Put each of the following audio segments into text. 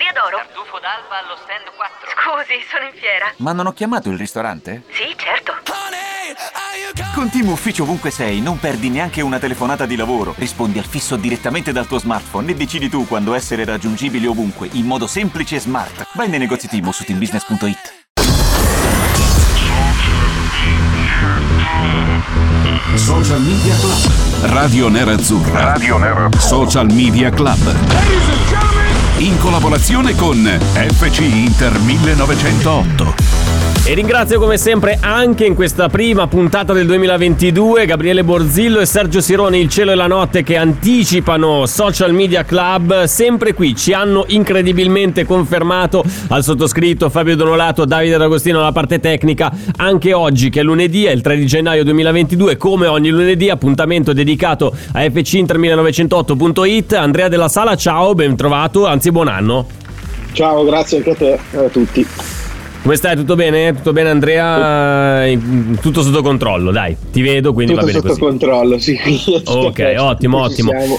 Osteria d'Oro. Tartufo d'alba allo stand 4. Scusi, sono in fiera. Ma non ho chiamato il ristorante? Sì, certo. Con Team Ufficio ovunque sei, non perdi neanche una telefonata di lavoro. Rispondi al fisso direttamente dal tuo smartphone e decidi tu quando essere raggiungibile ovunque, in modo semplice e smart. Vai nei negozi Team o su teambusiness.it. Social Media Club. Radio Nerazzurra. Radio Nerazzurra. Social Media Club. In collaborazione con FC Inter 1908. E ringrazio come sempre anche in questa prima puntata del 2022 Gabriele Borzillo e Sergio Sironi, Il cielo e la notte, che anticipano Social Media Club. Sempre qui ci hanno incredibilmente confermato, al sottoscritto, Fabio Donolato, Davide D'Agostino alla parte tecnica. Anche oggi, che è lunedì, è il 3 di gennaio 2022, come ogni lunedì appuntamento dedicato a fcinter1908.it. Andrea Della Sala, ciao, ben trovato, anzi buon anno. Ciao, grazie anche a te e a tutti. Come stai? Tutto bene? Tutto bene, Andrea? Tutto sotto controllo, dai, ti vedo, quindi tutto va bene così. Tutto sotto controllo, sì. Ok, ottimo.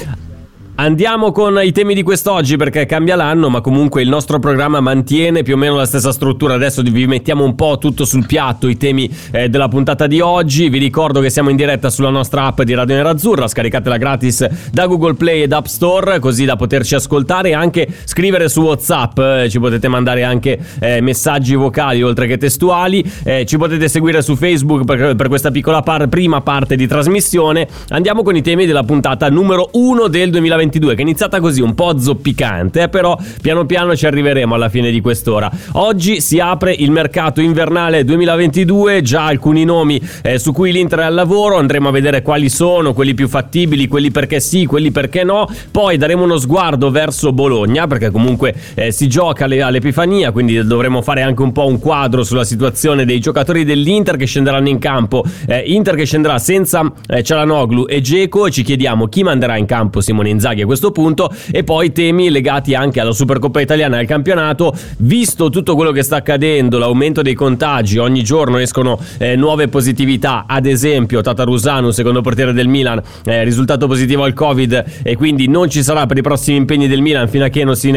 Andiamo con i temi di quest'oggi, perché cambia l'anno, ma comunque il nostro programma mantiene più o meno la stessa struttura. Adesso vi mettiamo un po' tutto sul piatto, i temi della puntata di oggi. Vi ricordo che siamo in diretta sulla nostra app di Radio Nerazzurra, scaricatela gratis da Google Play ed App Store, così da poterci ascoltare e anche scrivere su WhatsApp. Ci potete mandare anche messaggi vocali oltre che testuali. Ci potete seguire su Facebook per questa piccola prima parte di trasmissione. Andiamo con i temi della puntata numero 1 del 2022. Che è iniziata così un po' zoppicante, però piano piano ci arriveremo alla fine di quest'ora. Oggi si apre il mercato invernale 2022, già alcuni nomi su cui l'Inter è al lavoro. Andremo a vedere quali sono quelli più fattibili, quelli perché sì, quelli perché no. Poi daremo uno sguardo verso Bologna, perché comunque si gioca all'Epifania, quindi dovremo fare anche un po' un quadro sulla situazione dei giocatori dell'Inter che scenderanno in campo. Inter che scenderà senza Çalhanoğlu e Dzeko, e ci chiediamo chi manderà in campo Simone Inzaghi a questo punto. E poi temi legati anche alla Supercoppa italiana e al campionato, visto tutto quello che sta accadendo, l'aumento dei contagi, ogni giorno escono nuove positività. Ad esempio Tatarusanu, secondo portiere del Milan, risultato positivo al Covid, e quindi non ci sarà per i prossimi impegni del Milan fino a che non si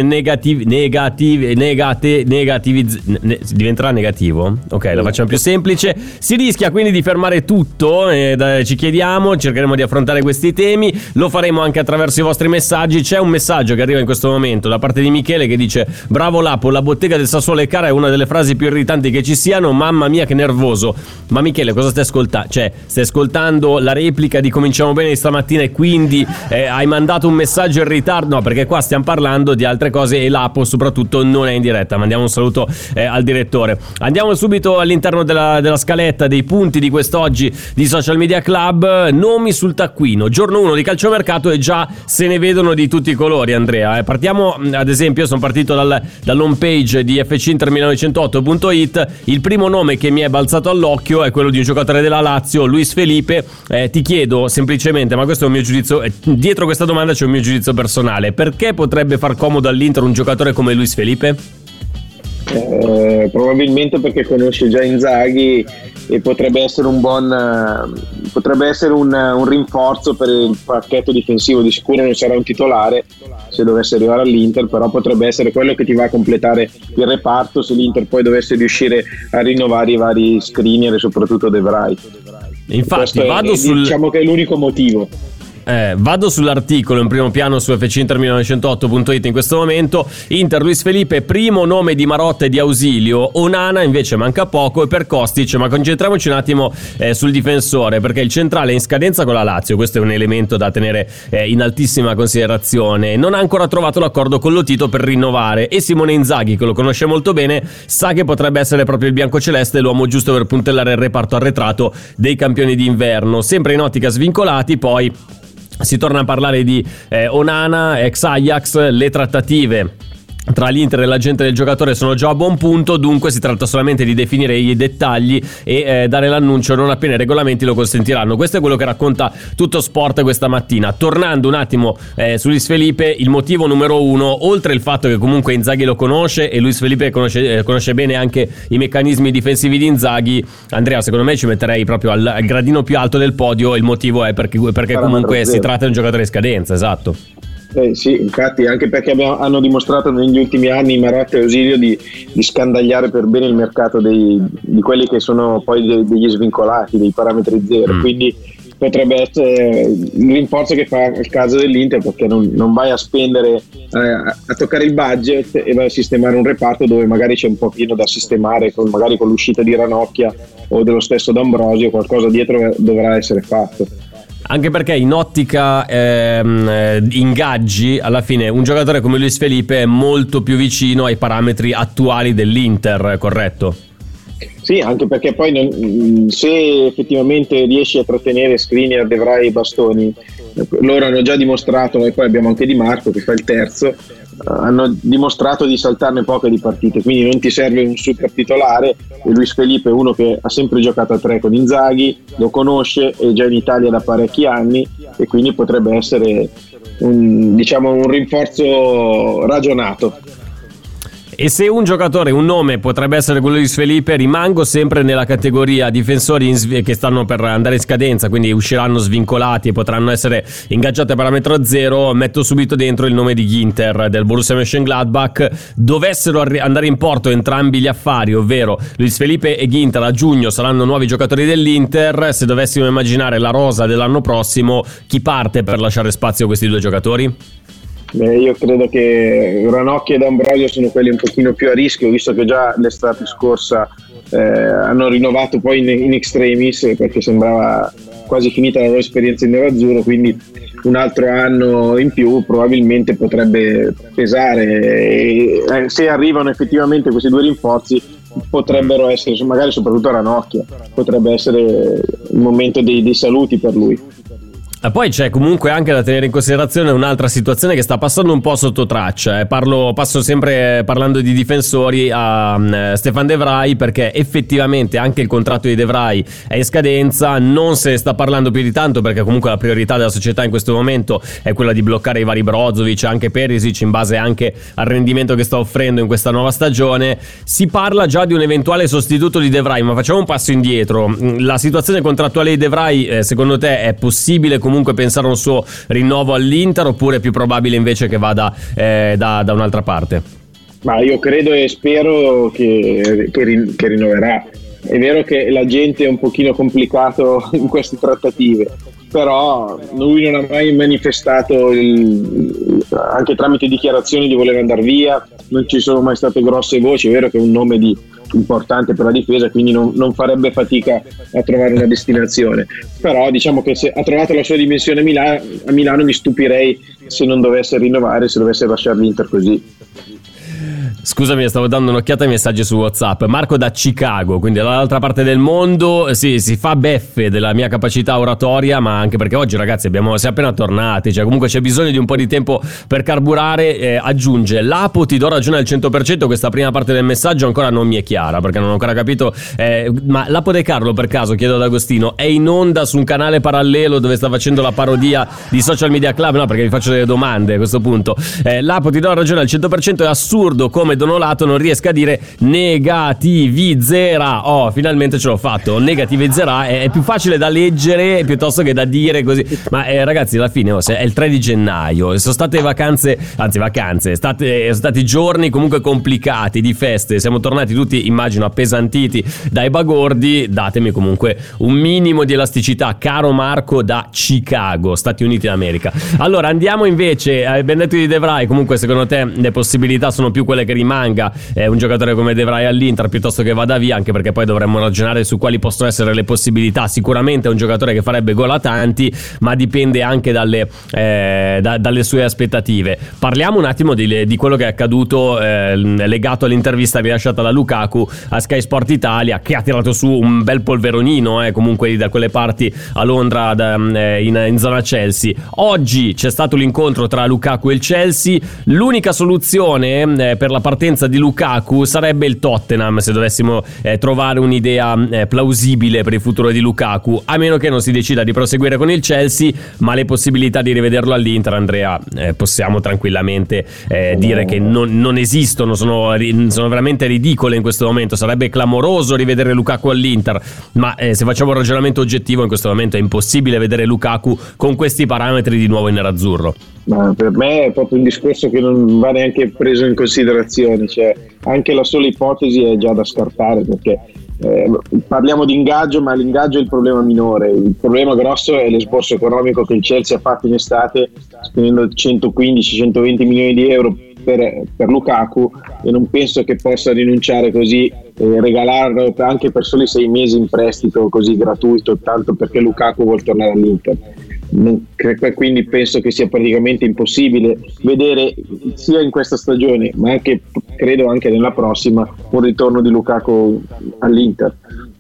diventerà negativo. Ok, lo facciamo più semplice. Si rischia quindi di fermare tutto, ci chiediamo, cercheremo di affrontare questi temi, lo faremo anche attraverso i vostri messaggi. C'è un messaggio che arriva in questo momento da parte di Michele che dice: bravo Lapo, la bottega del Sassuolo è cara, è una delle frasi più irritanti che ci siano, mamma mia che nervoso. Ma Michele, cosa stai ascoltando? Cioè, stai ascoltando la replica di Cominciamo Bene di stamattina e quindi hai mandato un messaggio in ritardo? No, perché qua stiamo parlando di altre cose e Lapo soprattutto non è in diretta. Mandiamo un saluto al direttore. Andiamo subito all'interno della scaletta dei punti di quest'oggi di Social Media Club. Nomi sul taccuino, giorno 1 di calciomercato, e già se ne vedono di tutti i colori, Andrea. Partiamo, ad esempio, io sono partito dall'home page di fcinter1908.it. Il primo nome che mi è balzato all'occhio è quello di un giocatore della Lazio, Luis Felipe. Ti chiedo semplicemente, ma questo è un mio giudizio, dietro questa domanda c'è un mio giudizio personale: perché potrebbe far comodo all'Inter un giocatore come Luis Felipe? Probabilmente perché conosce già Inzaghi e potrebbe essere un rinforzo per il pacchetto difensivo. Di sicuro non sarà un titolare se dovesse arrivare all'Inter, però potrebbe essere quello che ti va a completare il reparto se l'Inter poi dovesse riuscire a rinnovare i vari screener e soprattutto De Vrij. Infatti diciamo che è l'unico motivo. Vado sull'articolo in primo piano su fcinter1908.it in questo momento. Inter, Luis Felipe, primo nome di Marotta e di Ausilio. Onana invece manca poco, e per Kostic. Ma concentriamoci un attimo sul difensore, perché il centrale è in scadenza con la Lazio. Questo è un elemento da tenere in altissima considerazione. Non ha ancora trovato l'accordo con Lotito per rinnovare, e Simone Inzaghi, che lo conosce molto bene, sa che potrebbe essere proprio il biancoceleste l'uomo giusto per puntellare il reparto arretrato dei campioni d'inverno. Sempre in ottica svincolati, poi si torna a parlare di Onana, ex Ajax. Le trattative tra l'Inter e l'agente del giocatore sono già a buon punto, dunque si tratta solamente di definire i dettagli e dare l'annuncio non appena i regolamenti lo consentiranno. Questo è quello che racconta Tutto Sport questa mattina. Tornando un attimo su Luis Felipe, il motivo numero 1, oltre il fatto che comunque Inzaghi lo conosce e Luis Felipe conosce bene anche i meccanismi difensivi di Inzaghi, Andrea, secondo me ci metterei proprio al gradino più alto del podio. Il motivo è perché comunque si tratta di un giocatore in scadenza, esatto. Sì, infatti, anche perché hanno dimostrato negli ultimi anni Marotta e Ausilio di scandagliare per bene il mercato di quelli che sono poi degli svincolati, dei parametri zero, quindi potrebbe essere il rinforzo che fa il caso dell'Inter, perché non vai a spendere a toccare il budget e vai a sistemare un reparto dove magari c'è un pochino da sistemare, magari con l'uscita di Ranocchia o dello stesso D'Ambrosio, qualcosa dietro dovrà essere fatto. Anche perché in ottica ingaggi, alla fine un giocatore come Luis Felipe è molto più vicino ai parametri attuali dell'Inter, corretto? Sì, anche perché poi se effettivamente riesci a trattenere Skriniar, De Vrij e Bastoni, loro hanno già dimostrato, e poi abbiamo anche Di Marco che fa il terzo, hanno dimostrato di saltarne poche di partite, quindi non ti serve un super titolare. E Luis Felipe è uno che ha sempre giocato a 3 con Inzaghi, lo conosce, è già in Italia da parecchi anni e quindi potrebbe essere un rinforzo ragionato. E se un giocatore, un nome potrebbe essere quello di Luis Felipe, rimango sempre nella categoria difensori che stanno per andare in scadenza, quindi usciranno svincolati e potranno essere ingaggiati a parametro zero, metto subito dentro il nome di Ginter del Borussia Mönchengladbach. Dovessero andare in porto entrambi gli affari, ovvero Luis Felipe e Ginter a giugno saranno nuovi giocatori dell'Inter. Se dovessimo immaginare la rosa dell'anno prossimo, chi parte per lasciare spazio a questi due giocatori? Io credo che Ranocchia e D'Ambrosio sono quelli un pochino più a rischio, visto che già l'estate scorsa hanno rinnovato poi in extremis, perché sembrava quasi finita la loro esperienza in nerazzurro, quindi un altro anno in più probabilmente potrebbe pesare, e se arrivano effettivamente questi due rinforzi potrebbero essere, magari soprattutto Ranocchia, potrebbe essere il momento dei saluti per lui. E poi c'è comunque anche da tenere in considerazione un'altra situazione che sta passando un po' sotto traccia. Passo sempre parlando di difensori a Stefan De Vrij, perché effettivamente anche il contratto di De Vrij è in scadenza. Non se ne sta parlando più di tanto, perché comunque la priorità della società in questo momento è quella di bloccare i vari Brozovic, anche Perisic, in base anche al rendimento che sta offrendo in questa nuova stagione. Si parla già di un eventuale sostituto di De Vrij, ma facciamo un passo indietro. La situazione contrattuale di De Vrij, secondo te è possibile comunque pensare a un suo rinnovo all'Inter, oppure è più probabile invece che vada da un'altra parte? Ma io credo e spero che rinnoverà. È vero che la gente è un pochino complicato in queste trattative, però lui non ha mai manifestato anche tramite dichiarazioni di voler andare via, non ci sono mai state grosse voci. È vero che è un nome importante per la difesa, quindi non farebbe fatica a trovare una destinazione, però diciamo che se ha trovato la sua dimensione a Milano mi stupirei se non dovesse rinnovare, se dovesse lasciare l'Inter così. Scusami, stavo dando un'occhiata ai messaggi su WhatsApp. Marco da Chicago, quindi dall'altra parte del mondo. Sì, si fa beffe della mia capacità oratoria, ma anche perché oggi, ragazzi, siamo appena tornati, cioè comunque c'è bisogno di un po' di tempo per carburare. Aggiunge: Lapo, ti do ragione al 100%. Questa prima parte del messaggio ancora non mi è chiara, perché non ho ancora capito. Ma Lapo De Carlo, per caso, chiedo ad Agostino, è in onda su un canale parallelo dove sta facendo la parodia di Social Media Club? No, perché vi faccio delle domande a questo punto. Lapo, ti do ragione al 100%. È assurdo come Donolato non riesca a dire negativizzerà. Oh, finalmente ce l'ho fatto. Negativizzerà è più facile da leggere piuttosto che da dire così. Ma ragazzi, alla fine è il 3 di gennaio, sono state vacanze, sono stati giorni comunque complicati di feste, siamo tornati tutti, immagino, appesantiti dai bagordi. Datemi comunque un minimo di elasticità, caro Marco da Chicago, Stati Uniti d'America. Allora andiamo invece al ben detto di De Vrij. Comunque secondo te le possibilità sono più quelle che rimanga un giocatore come De Vrij all'Inter piuttosto che vada via, anche perché poi dovremmo ragionare su quali possono essere le possibilità. Sicuramente è un giocatore che farebbe gol a tanti, ma dipende anche dalle sue aspettative. Parliamo un attimo di quello che è accaduto legato all'intervista rilasciata da Lukaku a Sky Sport Italia, che ha tirato su un bel polveronino comunque da quelle parti a Londra, in zona Chelsea. Oggi c'è stato l'incontro tra Lukaku e il Chelsea. L'unica soluzione per la partenza di Lukaku sarebbe il Tottenham, se dovessimo trovare un'idea plausibile per il futuro di Lukaku, a meno che non si decida di proseguire con il Chelsea. Ma le possibilità di rivederlo all'Inter, Andrea, possiamo tranquillamente dire che non esistono, sono veramente ridicole in questo momento. Sarebbe clamoroso rivedere Lukaku all'Inter, ma se facciamo un ragionamento oggettivo, in questo momento è impossibile vedere Lukaku con questi parametri di nuovo in nerazzurro. Ma per me è proprio un discorso che non va neanche preso in considerazione, cioè anche la sola ipotesi è già da scartare, perché parliamo di ingaggio, ma l'ingaggio è il problema minore. Il problema grosso è l'esborso economico che il Chelsea ha fatto in estate, spendendo 115-120 milioni di euro per Lukaku, e non penso che possa rinunciare così, regalarlo anche per soli 6 mesi in prestito così gratuito, tanto perché Lukaku vuole tornare all'Inter. Quindi penso che sia praticamente impossibile vedere sia in questa stagione, ma anche credo anche nella prossima, un ritorno di Lukaku all'Inter.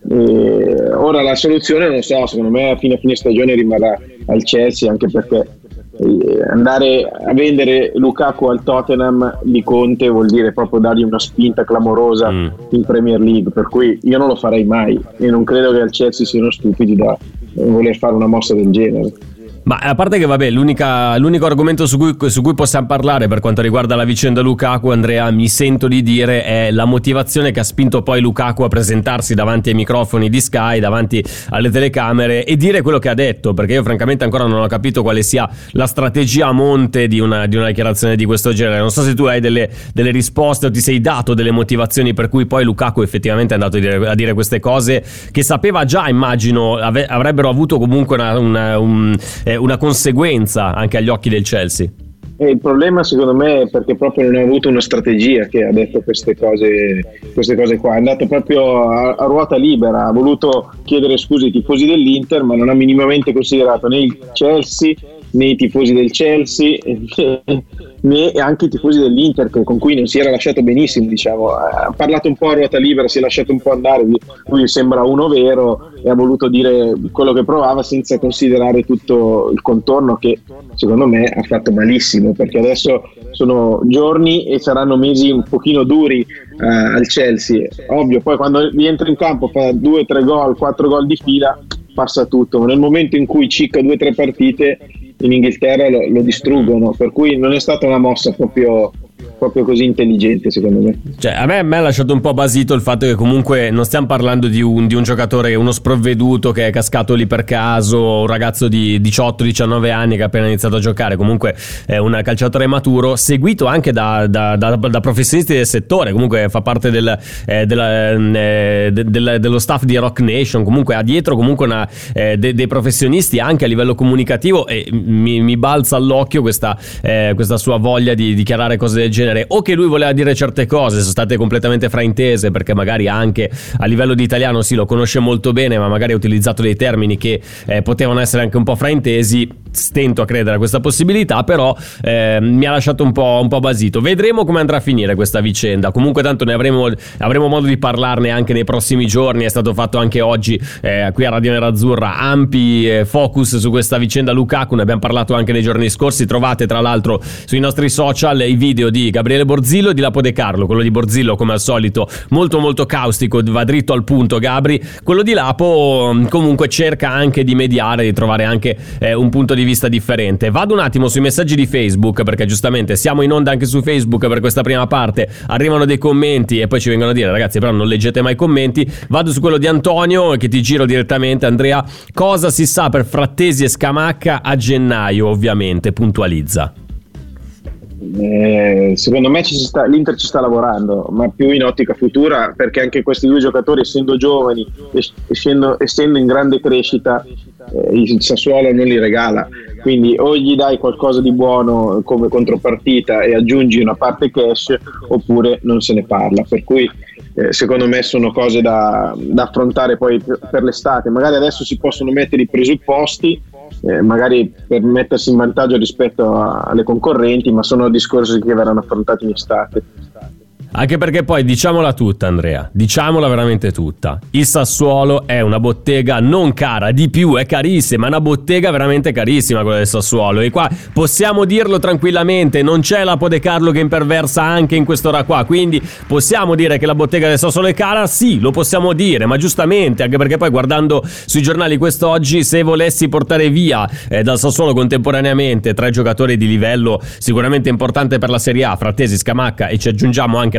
Ora la soluzione non lo so, secondo me a fine stagione rimarrà al Chelsea, anche perché andare a vendere Lukaku al Tottenham di Conte vuol dire proprio dargli una spinta clamorosa in Premier League, per cui io non lo farei mai, e non credo che al Chelsea siano stupidi da voler fare una mossa del genere. Ma a parte che vabbè, l'unico argomento su cui possiamo parlare per quanto riguarda la vicenda Lukaku, Andrea, mi sento di dire, è la motivazione che ha spinto poi Lukaku a presentarsi davanti ai microfoni di Sky, davanti alle telecamere, e dire quello che ha detto, perché io francamente ancora non ho capito quale sia la strategia a monte di una dichiarazione di questo genere. Non so se tu hai delle risposte o ti sei dato delle motivazioni per cui poi Lukaku effettivamente è andato a dire queste cose, che sapeva già, immagino, avrebbero avuto comunque una conseguenza anche agli occhi del Chelsea. Il problema secondo me è perché proprio non ha avuto una strategia che ha detto queste cose qua, è andato proprio a ruota libera, ha voluto chiedere scusa ai tifosi dell'Inter, ma non ha minimamente considerato né il Chelsea né i tifosi del Chelsea né anche i tifosi dell'Inter, con cui non si era lasciato benissimo, diciamo. Ha parlato un po' a ruota libera, si è lasciato un po' andare, lui sembra uno vero e ha voluto dire quello che provava senza considerare tutto il contorno, che secondo me ha fatto malissimo, perché adesso sono giorni e saranno mesi un pochino duri al Chelsea. Ovvio, poi quando rientra in campo fa 2, 3 gol, 4 gol di fila, passa tutto, ma nel momento in cui cicca 2 o 3 partite in Inghilterra lo distruggono, per cui non è stata una mossa proprio così intelligente, secondo me. Cioè, a me ha lasciato un po' basito il fatto che comunque non stiamo parlando di un giocatore, uno sprovveduto che è cascato lì per caso, un ragazzo di 18-19 anni che ha appena iniziato a giocare, comunque è un calciatore maturo, seguito anche da professionisti del settore, comunque fa parte dello staff di Rock Nation, comunque ha dietro comunque dei professionisti anche a livello comunicativo, e mi balza all'occhio questa sua voglia di dichiarare cose del genere, o che lui voleva dire certe cose, sono state completamente fraintese, perché magari anche a livello di italiano lo conosce molto bene, ma magari ha utilizzato dei termini che potevano essere anche un po' fraintesi. Stento a credere a questa possibilità, però mi ha lasciato un po' basito. Vedremo come andrà a finire questa vicenda. Comunque tanto ne avremo modo di parlarne anche nei prossimi giorni. È stato fatto anche oggi qui a Radio Nerazzurra ampi focus su questa vicenda Lukaku, ne abbiamo parlato anche nei giorni scorsi. Trovate tra l'altro sui nostri social i video di Gabriele Borzillo e di Lapo De Carlo. Quello di Borzillo, come al solito, molto molto caustico, va dritto al punto Gabri. Quello di Lapo comunque cerca anche di mediare, di trovare anche un punto di vista differente. Vado un attimo sui messaggi di Facebook, perché giustamente siamo in onda anche su Facebook per questa prima parte, arrivano dei commenti e poi ci vengono a dire: ragazzi, però non leggete mai i commenti. Vado su quello di Antonio, che ti giro direttamente. Andrea, cosa si sa per Frattesi e Scamacca a gennaio? Ovviamente puntualizza. Secondo me l'Inter ci sta lavorando, ma più in ottica futura, perché anche questi due giocatori, essendo giovani, essendo in grande crescita, il Sassuolo non li regala, quindi o gli dai qualcosa di buono come contropartita e aggiungi una parte cash, oppure non se ne parla. Per cui secondo me sono cose da affrontare poi per l'estate. Magari adesso si possono mettere i presupposti, magari per mettersi in vantaggio rispetto alle concorrenti, ma sono discorsi che verranno affrontati in estate. Anche perché poi, diciamola tutta, Andrea, diciamola veramente tutta, il Sassuolo è una bottega non cara, di più è carissima, è una bottega veramente carissima quella del Sassuolo, e qua possiamo dirlo tranquillamente, non c'è Lapo De Carlo che imperversa anche in quest'ora qua, quindi possiamo dire che la bottega del Sassuolo è cara, sì, lo possiamo dire, ma giustamente, anche perché poi guardando sui giornali quest'oggi, se volessi portare via dal Sassuolo contemporaneamente 3 giocatori di livello sicuramente importante per la Serie A, Frattesi, Scamacca, e ci aggiungiamo anche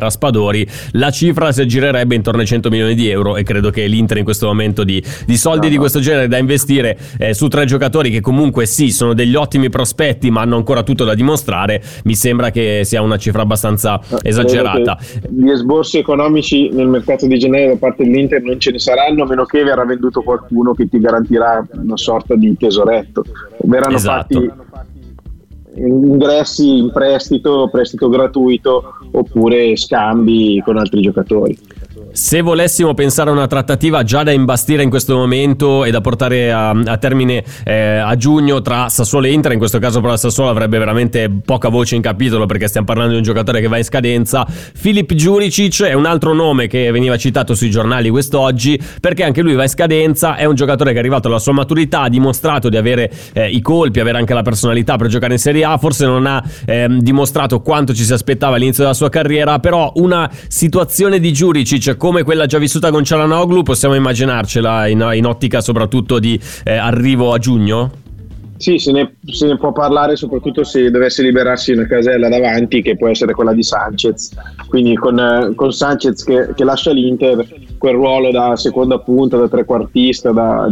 Raspadori, la cifra si aggirerebbe intorno ai 100 milioni di euro, e credo che l'Inter in questo momento di soldi di questo genere da investire su 3 giocatori che comunque sì, sono degli ottimi prospetti ma hanno ancora tutto da dimostrare, mi sembra che sia una cifra abbastanza esagerata. Gli esborsi economici nel mercato di gennaio da parte dell'Inter non ce ne saranno, a meno che verrà venduto qualcuno che ti garantirà una sorta di tesoretto. Verranno fatti ingressi in prestito gratuito, oppure scambi con altri giocatori. Se volessimo pensare a una trattativa già da imbastire in questo momento e da portare a termine a giugno tra Sassuolo e Inter, in questo caso però Sassuolo avrebbe veramente poca voce in capitolo, perché stiamo parlando di un giocatore che va in scadenza. Filip Juricic è un altro nome che veniva citato sui giornali quest'oggi, perché anche lui va in scadenza, è un giocatore che è arrivato alla sua maturità, ha dimostrato di avere i colpi, avere anche la personalità per giocare in Serie A, forse non ha dimostrato quanto ci si aspettava all'inizio della sua carriera, però una situazione di Juricic come quella già vissuta con Çalhanoğlu possiamo immaginarcela in ottica soprattutto di arrivo a giugno? Sì, se ne può parlare, soprattutto se dovesse liberarsi una casella davanti, che può essere quella di Sanchez. Quindi con Sanchez che lascia l'Inter, quel ruolo da seconda punta, da trequartista, da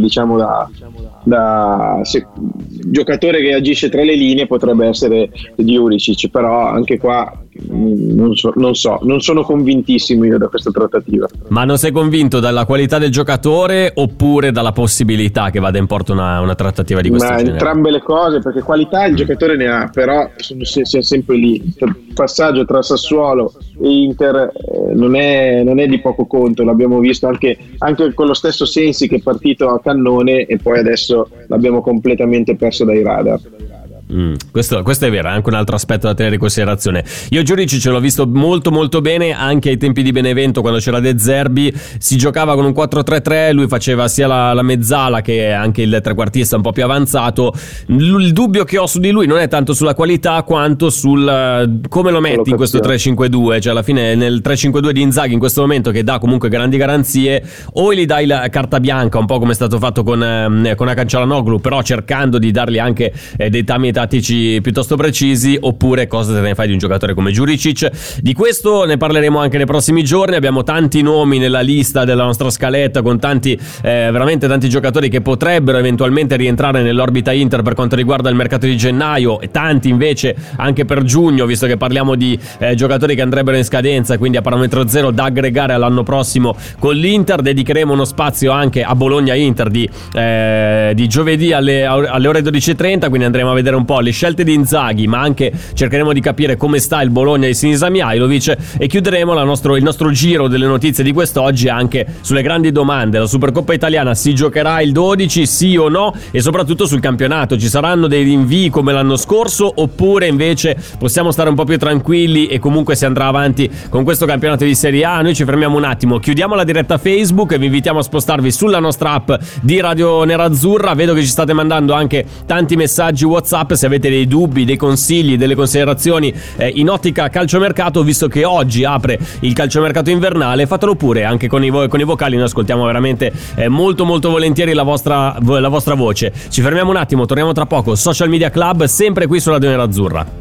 giocatore che agisce tra le linee, potrebbe essere Juricic, però anche qua non sono convintissimo io da questa trattativa. Ma non sei convinto dalla qualità del giocatore oppure dalla possibilità che vada in porto una trattativa di questo genere? Entrambe le cose, perché qualità il giocatore ne ha, però siamo sempre lì. Il passaggio tra Sassuolo e Inter non è di poco conto, l'abbiamo visto anche con lo stesso Sensi, che è partito a cannone e poi adesso l'abbiamo completamente perso dai radar. Questo è vero, è anche un altro aspetto da tenere in considerazione. Io Juricic l'ho visto molto molto bene anche ai tempi di Benevento, quando c'era De Zerbi, si giocava con un 4-3-3, lui faceva sia la mezzala che anche il trequartista un po' più avanzato. Il dubbio che ho su di lui non è tanto sulla qualità quanto sul come lo metti in questo 3-5-2, cioè alla fine nel 3-5-2 di Inzaghi in questo momento, che dà comunque grandi garanzie, o gli dai la carta bianca un po' come è stato fatto con Çalhanoğlu, però cercando di dargli anche dei tami tattici piuttosto precisi, oppure cosa te ne fai di un giocatore come Juricic. Di questo ne parleremo anche nei prossimi giorni, abbiamo tanti nomi nella lista della nostra scaletta, con veramente tanti giocatori che potrebbero eventualmente rientrare nell'orbita Inter per quanto riguarda il mercato di gennaio, e tanti invece anche per giugno, visto che parliamo di giocatori che andrebbero in scadenza, quindi a parametro zero da aggregare all'anno prossimo con l'Inter. Dedicheremo uno spazio anche a Bologna-Inter di giovedì alle ore 12:30, quindi andremo a vedere un po' le scelte di Inzaghi, ma anche cercheremo di capire come sta il Bologna di Sinisa Mihajlovic, e chiuderemo il nostro giro delle notizie di quest'oggi anche sulle grandi domande. La Supercoppa italiana si giocherà il 12, sì o no, e soprattutto sul campionato ci saranno dei rinvii come l'anno scorso, oppure invece possiamo stare un po' più tranquilli e comunque si andrà avanti con questo campionato di Serie A. Noi ci fermiamo un attimo, chiudiamo la diretta Facebook e vi invitiamo a spostarvi sulla nostra app di Radio Nerazzurra. Vedo che ci state mandando anche tanti messaggi WhatsApp. Se avete dei dubbi, dei consigli, delle considerazioni in ottica calciomercato, visto che oggi apre il calciomercato invernale, fatelo pure anche con i vocali. Noi ascoltiamo veramente molto molto volentieri la vostra voce. Ci fermiamo un attimo, torniamo tra poco. Social Media Club, sempre qui su Radio Nerazzurra.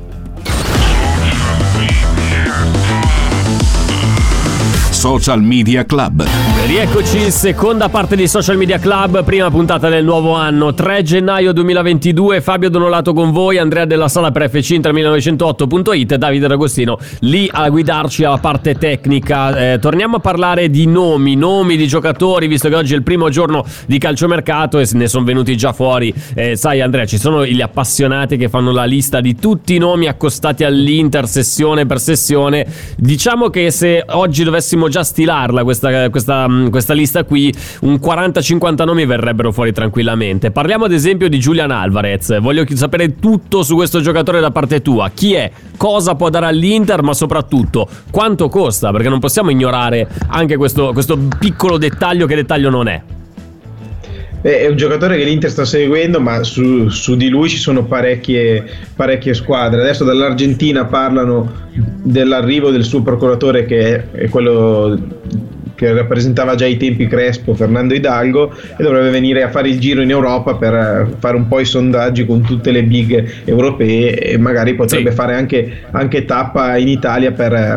Social Media Club. Rieccoci, seconda parte di Social Media Club, prima puntata del nuovo anno, 3 gennaio 2022. Fabio Donolato con voi, Andrea Della Sala per FC Inter 1908.it e Davide D'Agostino lì a guidarci alla parte tecnica. Torniamo a parlare di nomi di giocatori, visto che oggi è il primo giorno di calciomercato e ne sono venuti già fuori. Sai Andrea, ci sono gli appassionati che fanno la lista di tutti i nomi accostati all'Inter sessione per sessione. Diciamo che se oggi dovessimo già stilarla questa lista qui, un 40-50 nomi verrebbero fuori tranquillamente. Parliamo ad esempio di Julian Alvarez. Voglio sapere tutto su questo giocatore da parte tua. Chi è? Cosa può dare all'Inter? Ma soprattutto quanto costa? Perché non possiamo ignorare anche questo piccolo dettaglio, che dettaglio non è. È un giocatore che l'Inter sta seguendo, ma su di lui ci sono parecchie squadre. Adesso dall'Argentina parlano dell'arrivo del suo procuratore, che è quello che rappresentava già ai tempi Crespo, Fernando Hidalgo, e dovrebbe venire a fare il giro in Europa per fare un po' i sondaggi con tutte le big europee, e magari potrebbe fare anche tappa in Italia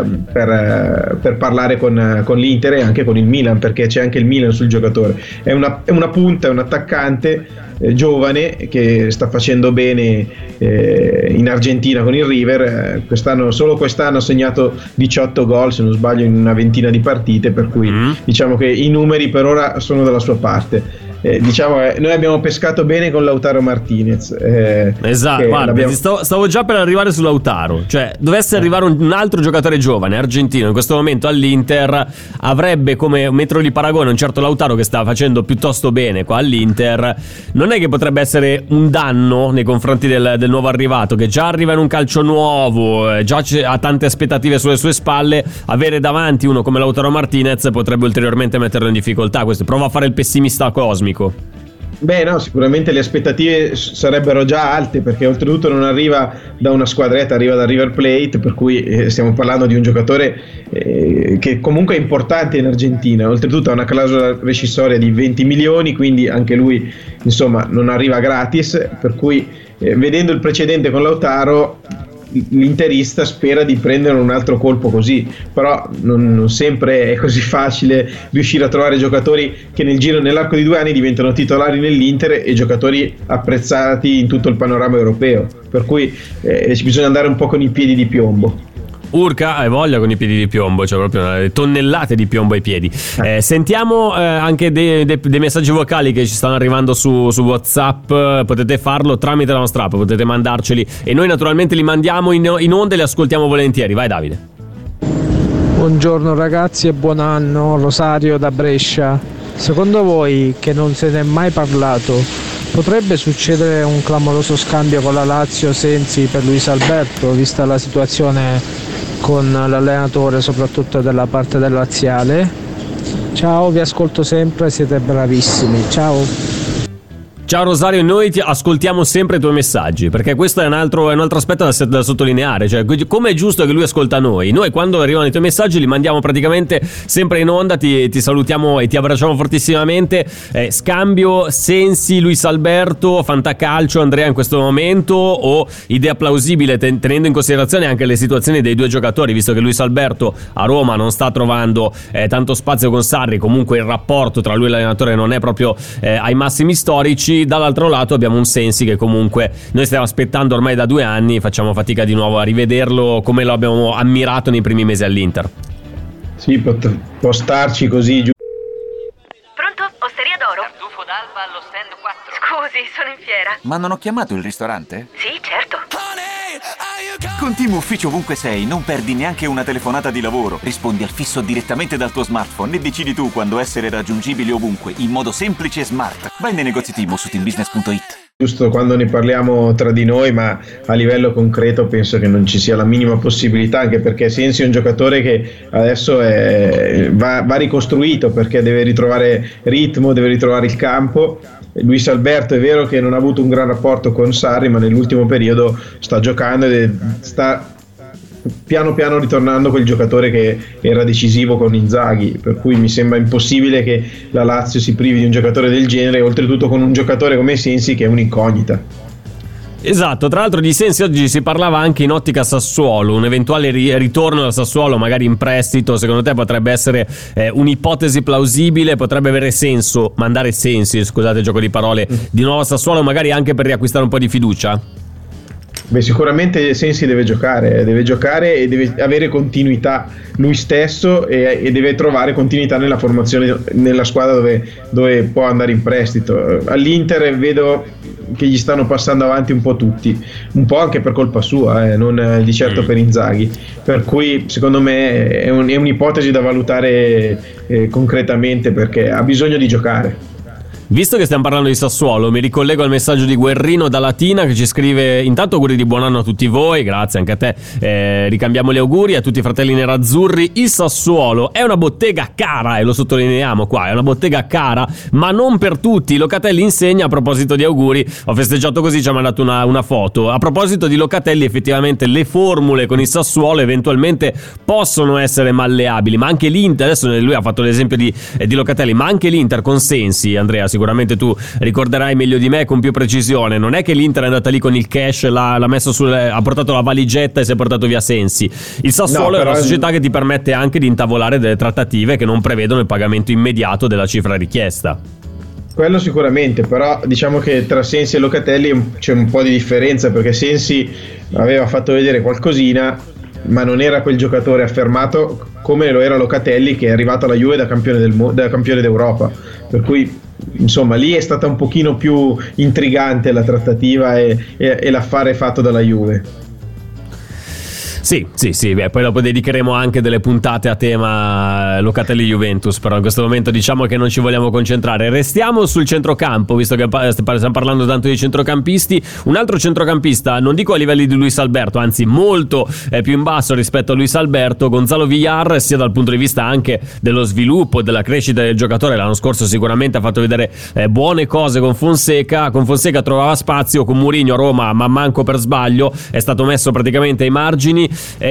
per parlare con l'Inter e anche con il Milan, perché c'è anche il Milan sul giocatore. È una punta, è un attaccante giovane che sta facendo bene in Argentina con il River. Solo quest'anno ha segnato 18 gol, se non sbaglio, in una ventina di partite, per cui diciamo che i numeri per ora sono dalla sua parte. Noi abbiamo pescato bene con Lautaro Martinez, esatto, guarda, stavo già per arrivare su Lautaro, cioè dovesse arrivare un altro giocatore giovane argentino in questo momento all'Inter, avrebbe come metro di paragone un certo Lautaro che sta facendo piuttosto bene qua all'Inter. Non è che potrebbe essere un danno nei confronti del nuovo arrivato, che già arriva in un calcio nuovo, già ha tante aspettative sulle sue spalle? Avere davanti uno come Lautaro Martinez potrebbe ulteriormente metterlo in difficoltà. Questo prova a fare il pessimista cosmico. Beh, no, sicuramente le aspettative sarebbero già alte, perché oltretutto non arriva da una squadretta, arriva da River Plate, per cui stiamo parlando di un giocatore che comunque è importante in Argentina. Oltretutto ha una clausola rescissoria di 20 milioni, quindi anche lui insomma non arriva gratis, per cui vedendo il precedente con Lautaro, l'interista spera di prendere un altro colpo così, però non sempre è così facile riuscire a trovare giocatori che nell'arco di 2 anni diventano titolari nell'Inter e giocatori apprezzati in tutto il panorama europeo, per cui bisogna andare un po' con i piedi di piombo. Urca hai voglia con i piedi di piombo, cioè proprio tonnellate di piombo ai piedi. Sentiamo anche dei messaggi vocali che ci stanno arrivando su WhatsApp. Potete farlo tramite la nostra app, potete mandarceli e noi naturalmente li mandiamo in onda e li ascoltiamo volentieri. Vai Davide. Buongiorno ragazzi e buon anno. Rosario da Brescia. Secondo voi, che non se ne è mai parlato, potrebbe succedere un clamoroso scambio con la Lazio Sensi per Luis Alberto, vista la situazione con l'allenatore, soprattutto della parte del laziale? Ciao, vi ascolto sempre, siete bravissimi. Ciao. Ciao Rosario, noi ti ascoltiamo sempre i tuoi messaggi, perché questo è un altro aspetto da sottolineare, cioè come è giusto che lui ascolta noi quando arrivano i tuoi messaggi li mandiamo praticamente sempre in onda, ti salutiamo e ti abbracciamo fortissimamente. Scambio Sensi Luis Alberto, fantacalcio Andrea in questo momento, o idea plausibile tenendo in considerazione anche le situazioni dei due giocatori, visto che Luis Alberto a Roma non sta trovando tanto spazio con Sarri, comunque il rapporto tra lui e l'allenatore non è proprio ai massimi storici. Dall'altro lato abbiamo un Sensi che comunque noi stiamo aspettando ormai da 2 anni, facciamo fatica di nuovo a rivederlo come lo abbiamo ammirato nei primi mesi all'Inter. Sì, può starci così. Pronto? Osteria d'Oro? Tartufo d'Alba allo stand 4. Scusi, sono in fiera. Ma non ho chiamato il ristorante? Sì, certo. Con Team Ufficio ovunque sei non perdi neanche una telefonata di lavoro. Rispondi al fisso direttamente dal tuo smartphone e decidi tu quando essere raggiungibile ovunque in modo semplice e smart. Vai nei negozi Team o su teambusiness.it. Giusto quando ne parliamo tra di noi, ma a livello concreto penso che non ci sia la minima possibilità, anche perché Sensi è un giocatore che adesso va ricostruito, perché deve ritrovare ritmo, deve ritrovare il campo. Luis Alberto è vero che non ha avuto un gran rapporto con Sarri, ma nell'ultimo periodo sta giocando e sta piano piano ritornando quel giocatore che era decisivo con Inzaghi, per cui mi sembra impossibile che la Lazio si privi di un giocatore del genere, oltretutto con un giocatore come Sensi che è un'incognita. Esatto, tra l'altro di Sensi oggi si parlava anche in ottica Sassuolo, un eventuale ritorno da Sassuolo magari in prestito. Secondo te potrebbe essere un'ipotesi plausibile? Potrebbe avere senso mandare Sensi, scusate il gioco di parole, di nuovo a Sassuolo, magari anche per riacquistare un po' di fiducia? Beh, sicuramente Sensi deve giocare e deve avere continuità lui stesso e deve trovare continuità nella formazione, nella squadra dove può andare in prestito. All'Inter vedo che gli stanno passando avanti un po' tutti, un po' anche per colpa sua, non di certo per Inzaghi, per cui secondo me è un'ipotesi da valutare concretamente, perché ha bisogno di giocare. Visto che stiamo parlando di Sassuolo, mi ricollego al messaggio di Guerrino da Latina che ci scrive: intanto auguri di buon anno a tutti voi, grazie anche a te, ricambiamo gli auguri a tutti i fratelli nerazzurri. Il Sassuolo è una bottega cara, e lo sottolineiamo qua, è una bottega cara, ma non per tutti. Locatelli insegna, a proposito di auguri, ho festeggiato così, ci ha mandato una foto. A proposito di Locatelli, effettivamente le formule con il Sassuolo eventualmente possono essere malleabili, ma anche l'Inter, adesso lui ha fatto l'esempio di Locatelli, ma anche l'Inter con Sensi, Andrea, sicuramente tu ricorderai meglio di me con più precisione, non è che l'Inter è andata lì con il cash, l'ha messo ha portato la valigetta e si è portato via Sensi. Il Sassuolo è una società che ti permette anche di intavolare delle trattative che non prevedono il pagamento immediato della cifra richiesta. Quello sicuramente, però diciamo che tra Sensi e Locatelli c'è un po' di differenza, perché Sensi aveva fatto vedere qualcosina, ma non era quel giocatore affermato come lo era Locatelli, che è arrivato alla Juve da campione d'Europa, per cui insomma lì è stata un pochino più intrigante la trattativa e l'affare fatto dalla Juve. Sì, poi dopo dedicheremo anche delle puntate a tema Locatelli Juventus, però in questo momento diciamo che non ci vogliamo concentrare. Restiamo sul centrocampo, visto che stiamo parlando tanto di centrocampisti. Un altro centrocampista, non dico a livelli di Luis Alberto, anzi molto più in basso rispetto a Luis Alberto, Gonzalo Villar, sia dal punto di vista anche dello sviluppo, della crescita del giocatore. L'anno scorso sicuramente ha fatto vedere buone cose con Fonseca trovava spazio, con Mourinho a Roma ma manco per sbaglio è stato messo praticamente ai margini.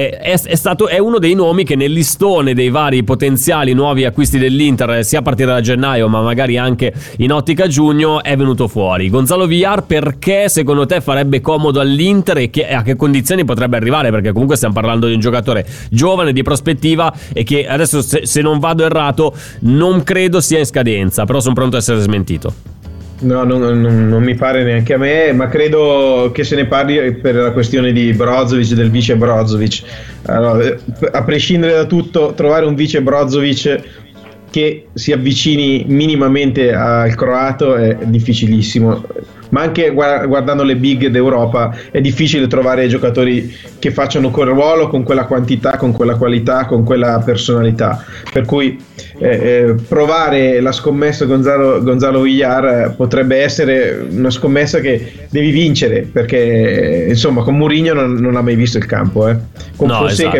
È uno dei nomi che nel listone dei vari potenziali nuovi acquisti dell'Inter, sia a partire da gennaio ma magari anche in ottica giugno, è venuto fuori. Gonzalo Villar, perché secondo te farebbe comodo all'Inter e a che condizioni potrebbe arrivare? Perché comunque stiamo parlando di un giocatore giovane, di prospettiva, e che adesso, se non vado errato, non credo sia in scadenza, però sono pronto a essere smentito. No, non mi pare neanche a me, ma credo che se ne parli per la questione di Brozovic, del vice Brozovic. Allora, a prescindere da tutto, trovare un vice Brozovic che si avvicini minimamente al croato è difficilissimo, ma anche guardando le big d'Europa è difficile trovare giocatori che facciano quel ruolo con quella quantità, con quella qualità, con quella personalità, per cui provare la scommessa Gonzalo Villar potrebbe essere una scommessa che devi vincere, perché insomma con Mourinho non ha mai visto il campo, con Fonseca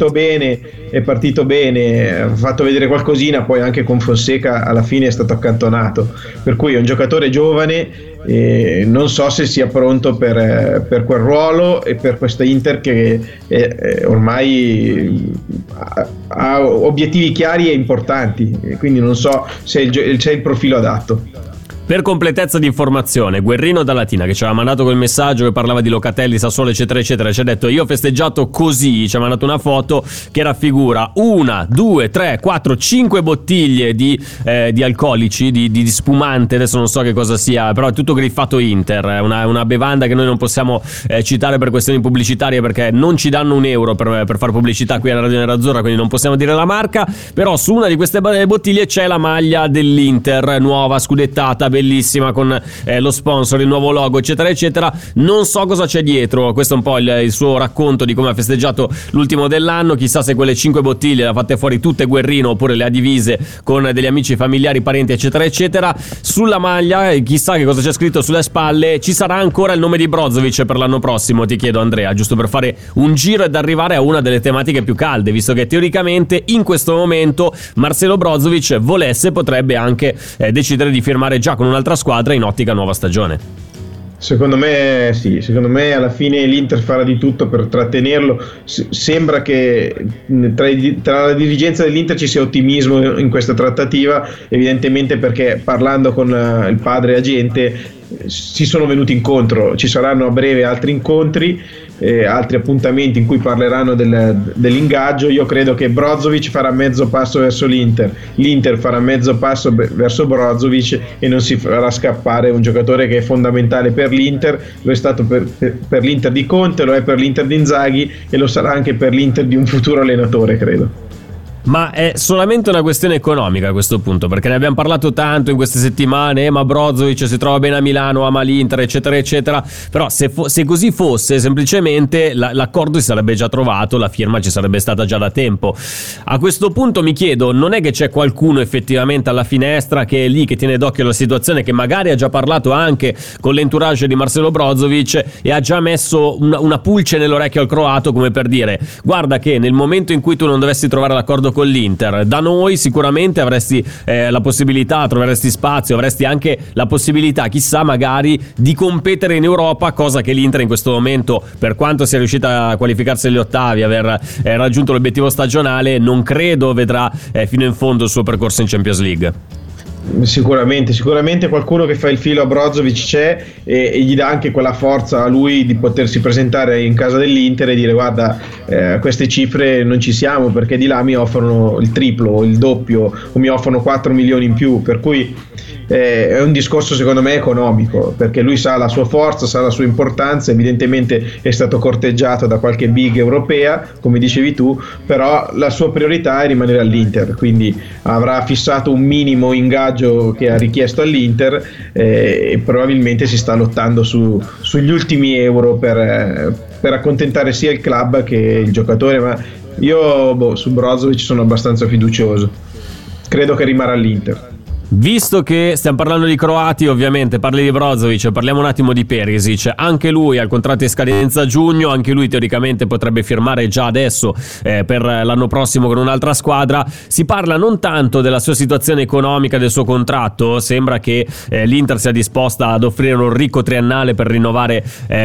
è partito bene, ha fatto vedere qualcosina, poi anche con Fonseca alla fine è stato accantonato, per cui è un giocatore giovane. Non so se sia pronto per quel ruolo e per questa Inter che ormai ha obiettivi chiari e importanti, quindi non so se c'è il profilo adatto. Per completezza di informazione, Guerrino da Latina, che ci aveva mandato quel messaggio che parlava di Locatelli, Sassuolo eccetera eccetera, ci ha detto: io ho festeggiato così, ci ha mandato una foto che raffigura 1, 2, 3, 4, 5 bottiglie di alcolici, di spumante, adesso non so che cosa sia, però è tutto griffato Inter, una bevanda che noi non possiamo citare per questioni pubblicitarie, perché non ci danno un euro per fare pubblicità qui alla Radio Nerazzurra, quindi non possiamo dire la marca, però su una di queste bottiglie c'è la maglia dell'Inter, nuova, scudettata, bellissima, con lo sponsor, il nuovo logo eccetera eccetera. Non so cosa c'è dietro, questo è un po' il suo racconto di come ha festeggiato l'ultimo dell'anno. Chissà se quelle 5 bottiglie le ha fatte fuori tutte Guerrino oppure le ha divise con degli amici, familiari, parenti eccetera eccetera. Sulla maglia chissà che cosa c'è scritto sulle spalle. Ci sarà ancora il nome di Brozovic per l'anno prossimo, ti chiedo Andrea, giusto per fare un giro ed arrivare a una delle tematiche più calde, visto che teoricamente in questo momento Marcelo Brozovic volesse, potrebbe anche decidere di firmare già con un'altra squadra in ottica nuova stagione. Secondo me sì, secondo me alla fine l'Inter farà di tutto per trattenerlo. Sembra che tra la dirigenza dell'Inter ci sia ottimismo in questa trattativa, evidentemente perché parlando con il padre agente si sono venuti incontro, ci saranno a breve altri incontri, altri appuntamenti in cui parleranno dell'ingaggio. Io credo che Brozovic farà mezzo passo verso l'Inter farà mezzo passo verso Brozovic e non si farà scappare un giocatore che è fondamentale per l'Inter. Lo è stato per l'Inter di Conte, lo è per l'Inter di Inzaghi e lo sarà anche per l'Inter di un futuro allenatore, credo. Ma è solamente una questione economica a questo punto, perché ne abbiamo parlato tanto in queste settimane, ma Brozovic si trova bene a Milano, ama l'Inter, eccetera eccetera. Però se così fosse, semplicemente l'accordo si sarebbe già trovato, la firma ci sarebbe stata già da tempo. A questo punto mi chiedo, non è che c'è qualcuno effettivamente alla finestra che è lì, che tiene d'occhio la situazione, che magari ha già parlato anche con l'entourage di Marcelo Brozovic e ha già messo una pulce nell'orecchio al croato, come per dire: guarda che nel momento in cui tu non dovessi trovare l'accordo con l'Inter, da noi sicuramente avresti la possibilità, troveresti spazio, avresti anche la possibilità, chissà, magari di competere in Europa, cosa che l'Inter in questo momento, per quanto sia riuscita a qualificarsi agli ottavi, aver raggiunto l'obiettivo stagionale, non credo vedrà fino in fondo il suo percorso in Champions League. Sicuramente qualcuno che fa il filo a Brozovic c'è e gli dà anche quella forza a lui di potersi presentare in casa dell'Inter e dire: guarda, queste cifre non ci siamo, perché di là mi offrono il triplo o il doppio o mi offrono 4 milioni in più, per cui è un discorso secondo me economico, perché lui sa la sua forza, sa la sua importanza, evidentemente è stato corteggiato da qualche big europea come dicevi tu, però la sua priorità è rimanere all'Inter, quindi avrà fissato un minimo ingaggio che ha richiesto all'Inter e probabilmente si sta lottando sugli ultimi euro per accontentare sia il club che il giocatore, ma io su Brozovic sono abbastanza fiducioso, credo che rimarrà all'Inter. Visto che stiamo parlando di croati, ovviamente parli di Brozovic, parliamo un attimo di Perisic. Anche lui ha il contratto in scadenza a giugno, anche lui teoricamente potrebbe firmare già adesso per l'anno prossimo con un'altra squadra. Si parla non tanto della sua situazione economica, del suo contratto, sembra che l'Inter sia disposta ad offrire un ricco triennale per rinnovare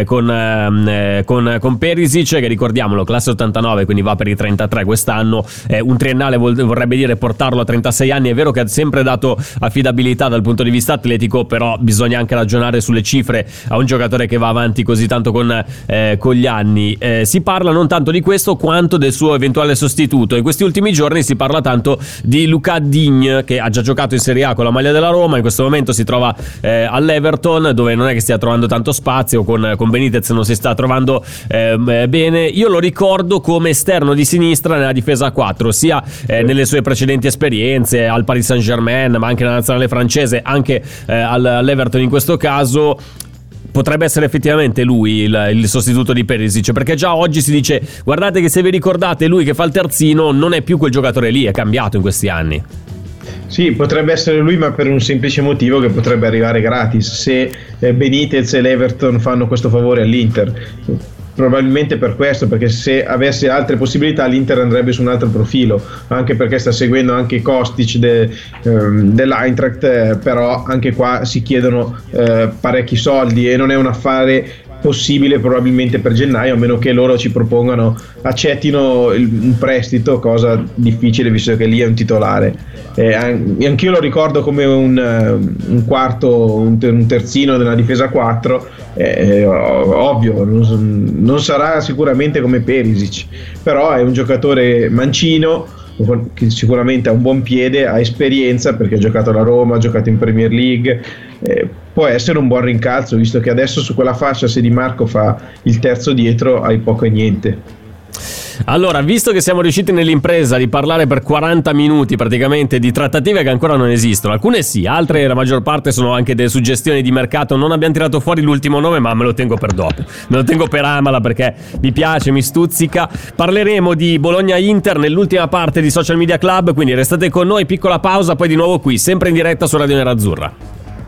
con Perisic, che ricordiamolo, classe 89, quindi va per i 33 quest'anno. Un triennale vorrebbe dire portarlo a 36 anni. È vero che ha sempre dato affidabilità dal punto di vista atletico, però bisogna anche ragionare sulle cifre a un giocatore che va avanti così tanto con gli anni. Si parla non tanto di questo quanto del suo eventuale sostituto. In questi ultimi giorni si parla tanto di Lucas Digne, che ha già giocato in Serie A con la maglia della Roma, in questo momento si trova all'Everton, dove non è che stia trovando tanto spazio, con Benitez non si sta trovando bene. Io lo ricordo come esterno di sinistra nella difesa a 4, sia nelle sue precedenti esperienze al Paris Saint-Germain, ma anche nella nazionale francese, anche all'Everton in questo caso. Potrebbe essere effettivamente lui il sostituto di Perisic, perché già oggi si dice: guardate che se vi ricordate, lui che fa il terzino non è più quel giocatore lì, è cambiato in questi anni. Sì, potrebbe essere lui, ma per un semplice motivo, che potrebbe arrivare gratis se Benitez e l'Everton fanno questo favore all'Inter. Probabilmente per questo, perché se avesse altre possibilità l'Inter andrebbe su un altro profilo, anche perché sta seguendo anche Kostic dell'Eintracht, però anche qua si chiedono parecchi soldi e non è un affare possibile probabilmente per gennaio, a meno che loro ci propongano, accettino un prestito, cosa difficile visto che lì è un titolare. Anch'io lo ricordo come un quarto, un terzino della difesa 4, ovvio, non sarà sicuramente come Perisic, però è un giocatore mancino che sicuramente ha un buon piede, ha esperienza perché ha giocato alla Roma, ha giocato in Premier League, può essere un buon rincalzo, visto che adesso su quella fascia, se Di Marco fa il terzo dietro, hai poco e niente. Allora, visto che siamo riusciti nell'impresa di parlare per 40 minuti praticamente di trattative che ancora non esistono, alcune sì, altre, la maggior parte, sono anche delle suggestioni di mercato. Non abbiamo tirato fuori l'ultimo nome, ma me lo tengo per dopo, me lo tengo per Amala, perché mi piace, mi stuzzica. Parleremo di Bologna-Inter nell'ultima parte di Social Media Club, quindi restate con noi, piccola pausa, poi di nuovo qui, sempre in diretta su Radio Nerazzurra.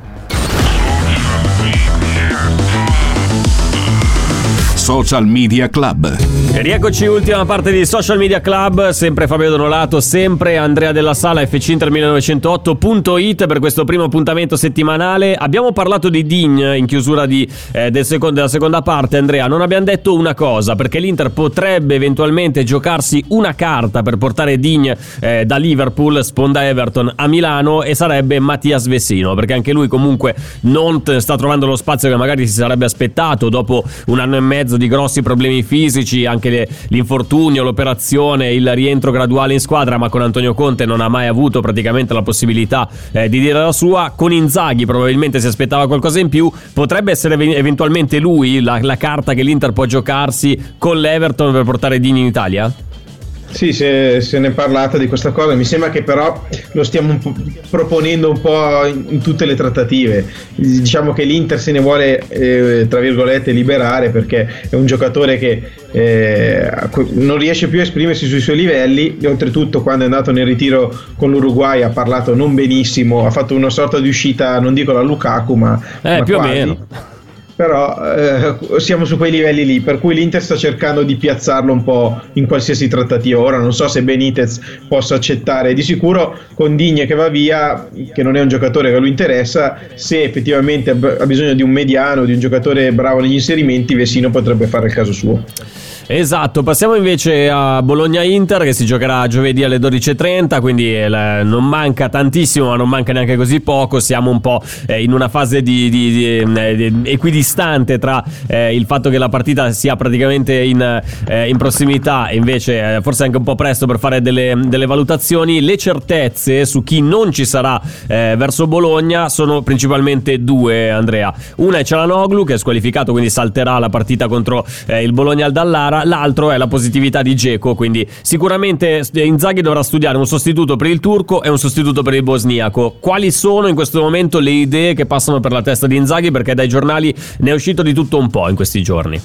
Social Media Club. E rieccoci, ultima parte di Social Media Club, sempre Fabio Donolato, sempre Andrea Della Sala, fcinter1908.it per questo primo appuntamento settimanale. Abbiamo parlato di Digne in chiusura della seconda parte. Andrea, non abbiamo detto una cosa, perché l'Inter potrebbe eventualmente giocarsi una carta per portare Digne da Liverpool, sponda Everton, a Milano, e sarebbe Mattias Vecino, perché anche lui comunque non sta trovando lo spazio che magari si sarebbe aspettato dopo un anno e mezzo di grossi problemi fisici, anche l'infortunio, l'operazione, il rientro graduale in squadra, ma con Antonio Conte non ha mai avuto praticamente la possibilità di dire la sua. Con Inzaghi probabilmente si aspettava qualcosa in più. Potrebbe essere eventualmente lui la carta che l'Inter può giocarsi con l'Everton per portare Dini in Italia? Sì, se ne è parlata di questa cosa, mi sembra che però lo stiamo proponendo un po' in tutte le trattative. Diciamo che l'Inter se ne vuole tra virgolette liberare, perché è un giocatore che non riesce più a esprimersi sui suoi livelli, e oltretutto quando è andato nel ritiro con l'Uruguay ha parlato non benissimo, ha fatto una sorta di uscita, non dico la Lukaku ma più quasi. o meno. Però siamo su quei livelli lì, per cui l'Inter sta cercando di piazzarlo un po' in qualsiasi trattativa. Ora non so se Benitez possa accettare, di sicuro con Digne che va via, che non è un giocatore che a lui interessa, se effettivamente ha bisogno di un mediano, di un giocatore bravo negli inserimenti, Vecino potrebbe fare il caso suo. Esatto, passiamo invece a Bologna-Inter, che si giocherà giovedì alle 12:30, quindi non manca tantissimo, ma non manca neanche così poco. Siamo un po' in una fase di equidistante tra il fatto che la partita sia praticamente in prossimità e invece forse anche un po' presto per fare delle valutazioni. Le certezze su chi non ci sarà verso Bologna sono principalmente due, Andrea. Una è Çalhanoğlu, che è squalificato, quindi salterà la partita contro il Bologna al Dallara. L'altro è la positività di Dzeko, quindi sicuramente Inzaghi dovrà studiare un sostituto per il turco e un sostituto per il bosniaco. Quali sono in questo momento le idee che passano per la testa di Inzaghi? Perché dai giornali ne è uscito di tutto un po' in questi giorni.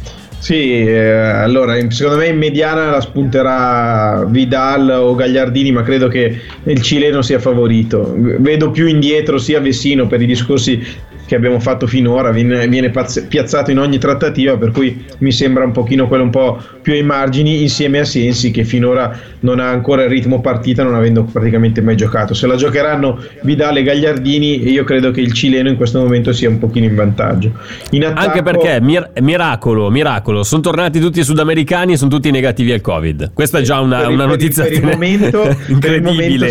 Sì, allora secondo me in mediana la spunterà Vidal o Gagliardini, ma credo che il cileno sia favorito. Vedo più indietro sia Vecino per i discorsi che abbiamo fatto finora, viene piazzato in ogni trattativa, per cui mi sembra un pochino quello un po' più ai margini, insieme a Sensi che finora non ha ancora il ritmo partita, non avendo praticamente mai giocato. Se la giocheranno Vidal e Gagliardini, io credo che il cileno in questo momento sia un pochino in vantaggio. In attacco, anche perché miracolo, sono tornati tutti i sudamericani e sono tutti negativi al Covid. Questa è già una notizia per il momento, incredibile.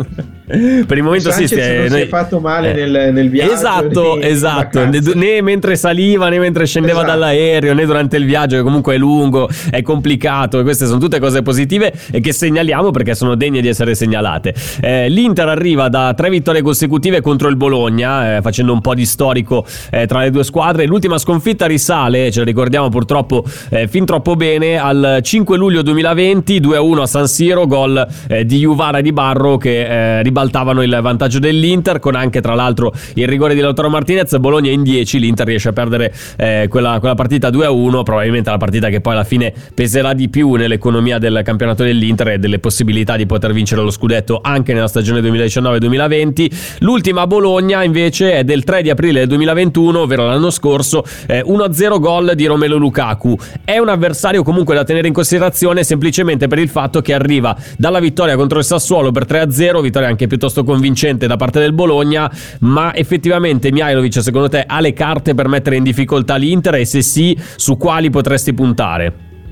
Per il momento Sanchez sì, non si è fatto male nel viaggio. Esatto, né mentre saliva né mentre scendeva dall'aereo né durante il viaggio, che comunque è lungo, è complicato, e queste sono tutte cose positive e che segnaliamo perché sono degne di essere segnalate. L'Inter arriva da 3 vittorie consecutive contro il Bologna, facendo un po' di storico tra le due squadre. L'ultima sconfitta risale, ce la ricordiamo purtroppo fin troppo bene, al 5 luglio 2020, 2-1 a San Siro, gol di Juvara e di Barro che ribaltavano il vantaggio dell'Inter, con anche tra l'altro il rigore di Lautaro Martinez. Bologna in 10, l'Inter riesce a perdere quella partita 2-1, probabilmente la partita che poi alla fine peserà di più nell'economia del campionato dell'Inter e delle possibilità di poter vincere lo scudetto anche nella stagione 2019-2020. L'ultima a Bologna invece è del 3 di aprile del 2021, ovvero l'anno scorso, 1-0 gol di Romelu Lukaku. È un avversario comunque da tenere in considerazione semplicemente per il fatto che arriva dalla vittoria contro il Sassuolo per 3-0, vittoria anche piuttosto convincente da parte del Bologna, ma effettivamente Mihajlovic secondo te ha le carte per mettere in difficoltà l'Inter, e se sì, su quali potresti puntare?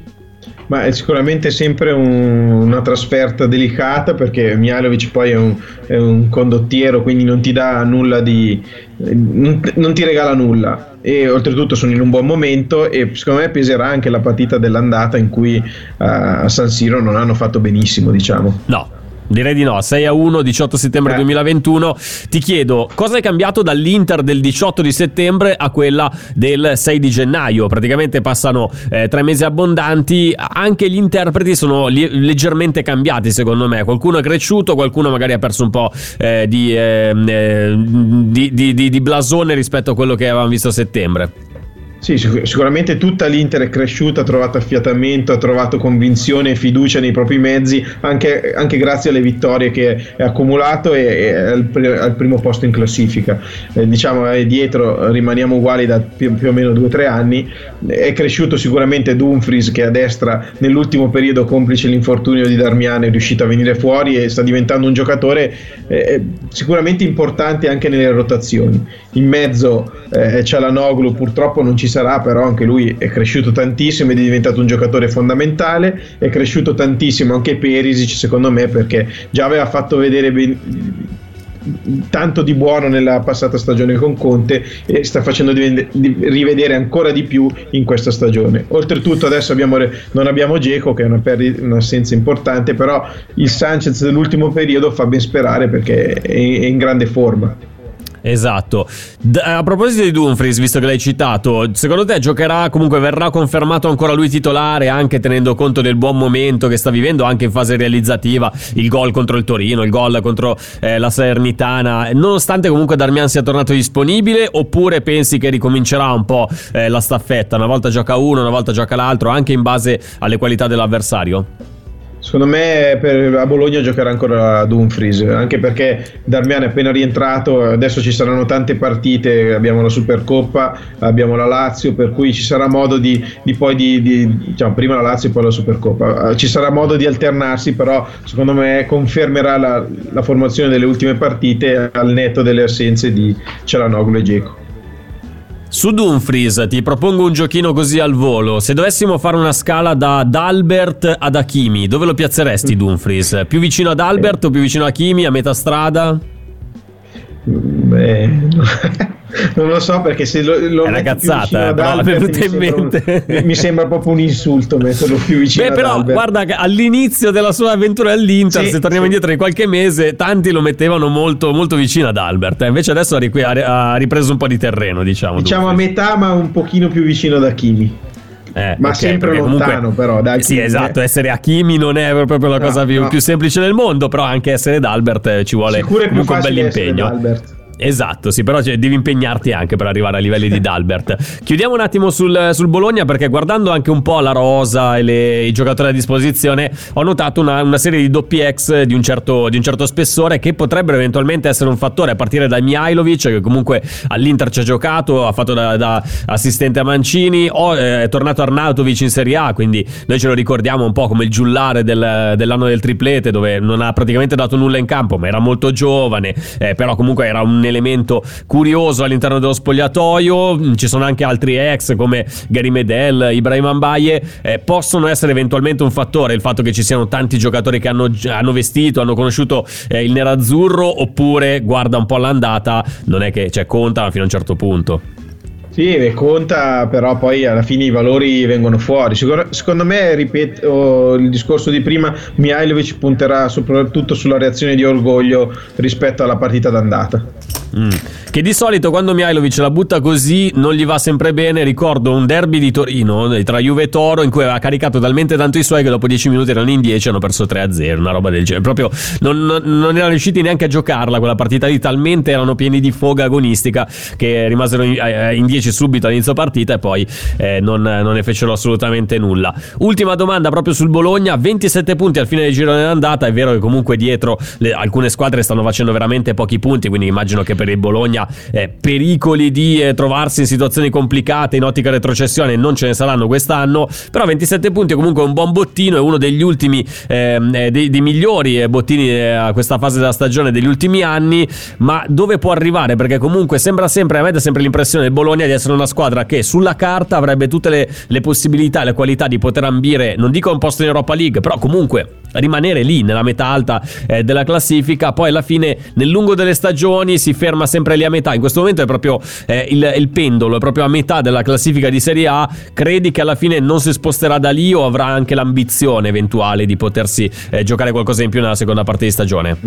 Ma è sicuramente sempre una trasferta delicata, perché Mihajlovic poi è un condottiero, quindi non ti dà nulla non ti regala nulla, e oltretutto sono in un buon momento, e secondo me peserà anche la partita dell'andata in cui a San Siro non hanno fatto benissimo, diciamo. No, direi di no. 6-1, 18 settembre 2021. Ti chiedo, cosa è cambiato dall'Inter del 18 di settembre a quella del 6 di gennaio? Praticamente passano 3 mesi abbondanti. Anche gli interpreti sono leggermente cambiati, secondo me. Qualcuno è cresciuto, qualcuno magari ha perso un po' di blasone rispetto a quello che avevamo visto a settembre. Sì, sicuramente tutta l'Inter è cresciuta, ha trovato affiatamento, ha trovato convinzione e fiducia nei propri mezzi, anche grazie alle vittorie che è accumulato e al primo posto in classifica. Diciamo dietro rimaniamo uguali da più o meno 2 o 3 anni. È cresciuto sicuramente Dumfries, che a destra nell'ultimo periodo, complice l'infortunio di Darmian, è riuscito a venire fuori e sta diventando un giocatore sicuramente importante anche nelle rotazioni. In mezzo Çalhanoğlu purtroppo non ci sarà, però anche lui è cresciuto tantissimo ed è diventato un giocatore fondamentale. È cresciuto tantissimo anche Perisic, secondo me, perché già aveva fatto vedere tanto di buono nella passata stagione con Conte e sta facendo rivedere ancora di più in questa stagione. Oltretutto adesso non abbiamo Dzeko, che è un'assenza importante, però il Sanchez dell'ultimo periodo fa ben sperare perché è in grande forma. Esatto. A proposito di Dumfries, visto che l'hai citato, secondo te giocherà, comunque verrà confermato ancora lui titolare, anche tenendo conto del buon momento che sta vivendo anche in fase realizzativa, il gol contro il Torino, il gol contro la Salernitana, nonostante comunque Darmian sia tornato disponibile, oppure pensi che ricomincerà un po' la staffetta, una volta gioca uno, una volta gioca l'altro, anche in base alle qualità dell'avversario? Secondo me a Bologna giocherà ancora Dumfries, anche perché Darmian è appena rientrato, adesso ci saranno tante partite, abbiamo la Supercoppa, abbiamo la Lazio, per cui ci sarà modo diciamo, prima la Lazio e poi la Supercoppa, ci sarà modo di alternarsi, però secondo me confermerà la formazione delle ultime partite al netto delle assenze di Çalhanoğlu e Dzeko. Su Dumfries ti propongo un giochino così al volo. Se dovessimo fare una scala da Dalbert ad Hakimi, dove lo piazzeresti Dumfries? Più vicino ad Albert o più vicino a Hakimi, a metà strada? Beh, non lo so, perché se lo è una cazzata, però mi è venuta in mente. Mi sembra proprio un insulto metterlo più vicino. Beh, però ad Albert. guarda che all'inizio della sua avventura all'Inter, se torniamo indietro di qualche mese, tanti lo mettevano molto, molto vicino ad Albert. Invece adesso ha ripreso un po' di terreno, diciamo a metà, ma un pochino più vicino ad Hakimi. Ma okay, sempre lontano, però dai. Sì, esatto, essere Hakimi non è proprio la cosa più semplice del mondo, però anche essere Dalbert ci vuole comunque un bel impegno. Esatto, sì, però devi impegnarti anche per arrivare ai livelli di Dalbert. Chiudiamo un attimo sul Bologna, perché guardando anche un po' la rosa e i giocatori a disposizione, ho notato una serie di doppi ex di un certo spessore, che potrebbero eventualmente essere un fattore, a partire da Mihajlovic, che comunque all'Inter ci ha giocato, ha fatto da assistente a Mancini, è tornato Arnautovic in Serie A, quindi noi ce lo ricordiamo un po' come il giullare dell'anno del triplete, dove non ha praticamente dato nulla in campo, ma era molto giovane, però comunque era un elemento curioso all'interno dello spogliatoio. Ci sono anche altri ex come Gary Medel, Ibrahim Mbaye, possono essere eventualmente un fattore il fatto che ci siano tanti giocatori che hanno vestito, hanno conosciuto il nerazzurro, oppure guarda un po' l'andata, non è che conta fino a un certo punto. Sì, conta, però poi alla fine i valori vengono fuori. Secondo me, ripeto il discorso di prima, Mihajlovic punterà soprattutto sulla reazione di orgoglio rispetto alla partita d'andata. Che di solito quando Mihajlovic la butta così non gli va sempre bene. Ricordo un derby di Torino tra Juve e Toro, in cui aveva caricato talmente tanto i suoi che dopo 10 minuti erano in 10 e hanno perso 3-0, una roba del genere. Proprio non erano riusciti neanche a giocarla quella partita lì, talmente erano pieni di foga agonistica che rimasero in 10 subito all'inizio partita e poi non ne fecero assolutamente nulla. Ultima domanda proprio sul Bologna: 27 punti al fine del girone d'andata. È vero che comunque dietro alcune squadre stanno facendo veramente pochi punti, quindi immagino che per il Bologna pericoli di trovarsi in situazioni complicate in ottica retrocessione non ce ne saranno quest'anno, però 27 punti è comunque un buon bottino, è uno degli ultimi dei migliori bottini a questa fase della stagione degli ultimi anni. Ma dove può arrivare? Perché comunque sembra sempre, a me dà sempre l'impressione del Bologna di essere una squadra che sulla carta avrebbe tutte le possibilità e le qualità di poter ambire, non dico un posto in Europa League, però comunque rimanere lì nella metà alta della classifica. Poi alla fine nel lungo delle stagioni si ferma sempre lì a metà. In questo momento è proprio il pendolo, è proprio a metà della classifica di Serie A. Credi che alla fine non si sposterà da lì, o avrà anche l'ambizione eventuale di potersi giocare qualcosa in più nella seconda parte di stagione?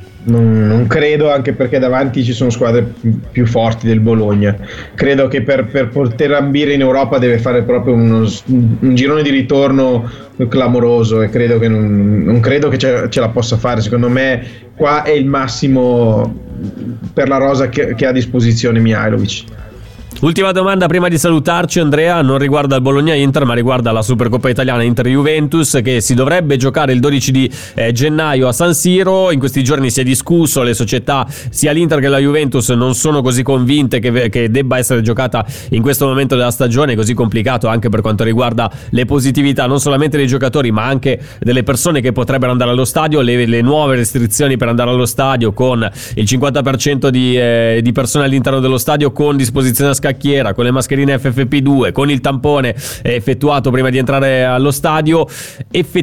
Non credo, anche perché davanti ci sono squadre più forti del Bologna. Credo che per poter ambire in Europa deve fare proprio un girone di ritorno clamoroso, e credo che non credo che ce la possa fare. Secondo me qua è il massimo per la rosa che ha a disposizione Mihajlovic. Ultima domanda prima di salutarci, Andrea, non riguarda il Bologna-Inter ma riguarda la Supercoppa italiana Inter-Juventus, che si dovrebbe giocare il 12 di gennaio a San Siro. In questi giorni si è discusso, le società sia l'Inter che la Juventus non sono così convinte che debba essere giocata in questo momento della stagione, così complicato anche per quanto riguarda le positività non solamente dei giocatori ma anche delle persone che potrebbero andare allo stadio, le nuove restrizioni per andare allo stadio, con il 50% di persone all'interno dello stadio con disposizione a scacchiera, con le mascherine FFP2, con il tampone effettuato prima di entrare allo stadio.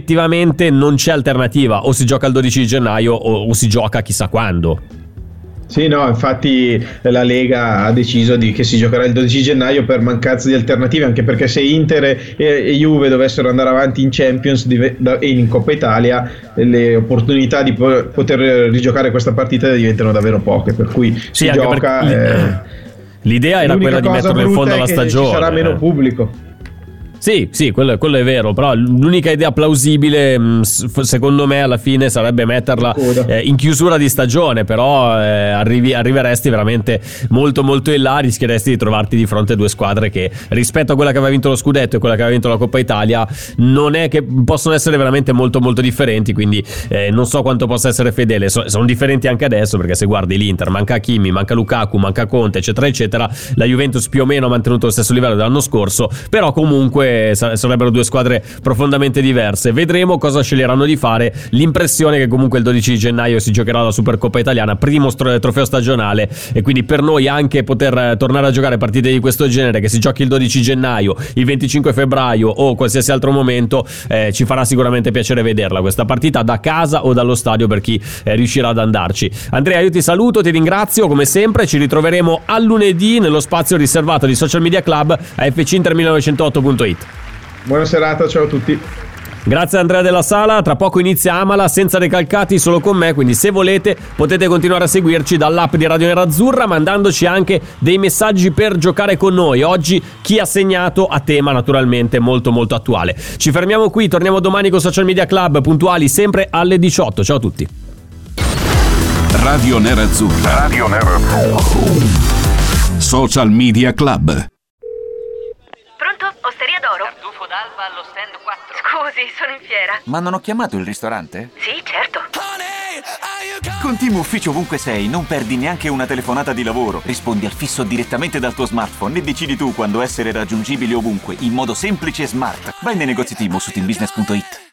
Effettivamente non c'è alternativa, o si gioca il 12 di gennaio o si gioca chissà quando. Sì, no, infatti la Lega ha deciso che si giocherà il 12 gennaio per mancanza di alternative, anche perché se Inter e Juve dovessero andare avanti in Champions e in Coppa Italia, le opportunità di poter rigiocare questa partita diventano davvero poche, per cui si gioca. L'idea era quella di metterlo in fondo alla stagione. Ci sarà meno pubblico. Sì, quello è vero, però l'unica idea plausibile secondo me alla fine sarebbe metterla in chiusura di stagione, però arriveresti veramente molto molto in là, rischieresti di trovarti di fronte a due squadre che rispetto a quella che aveva vinto lo scudetto e quella che aveva vinto la Coppa Italia non è che possono essere veramente molto molto differenti, quindi non so quanto possa essere fedele. Sono differenti anche adesso, perché se guardi l'Inter manca Hakimi, manca Lukaku, manca Conte eccetera eccetera, la Juventus più o meno ha mantenuto lo stesso livello dell'anno scorso, però comunque sarebbero due squadre profondamente diverse. Vedremo cosa sceglieranno di fare. L'impressione è che comunque il 12 gennaio si giocherà la Supercoppa italiana, primo trofeo stagionale, e quindi per noi anche poter tornare a giocare partite di questo genere, che si giochi il 12 gennaio, il 25 febbraio o qualsiasi altro momento, ci farà sicuramente piacere vederla questa partita da casa o dallo stadio per chi riuscirà ad andarci. Andrea, io ti saluto, ti ringrazio come sempre, ci ritroveremo a lunedì nello spazio riservato di Social Media Club a fcinter1908.it. Buona serata, ciao a tutti. Grazie Andrea Della Sala, tra poco inizia Amala senza recalcati, solo con me, quindi se volete potete continuare a seguirci dall'app di Radio Nerazzurra, mandandoci anche dei messaggi per giocare con noi. Oggi chi ha segnato a tema naturalmente molto molto attuale. Ci fermiamo qui, torniamo domani con Social Media Club, puntuali sempre alle 18. Ciao a tutti. Radio Nerazzurra. Social Media Club. Osteria d'oro? Tartufo d'alba allo stand 4. Scusi, sono in fiera. Ma non ho chiamato il ristorante? Sì, certo. Con Team Ufficio ovunque sei, non perdi neanche una telefonata di lavoro. Rispondi al fisso direttamente dal tuo smartphone e decidi tu quando essere raggiungibile ovunque, in modo semplice e smart. Vai nei negozi Team o su teambusiness.it.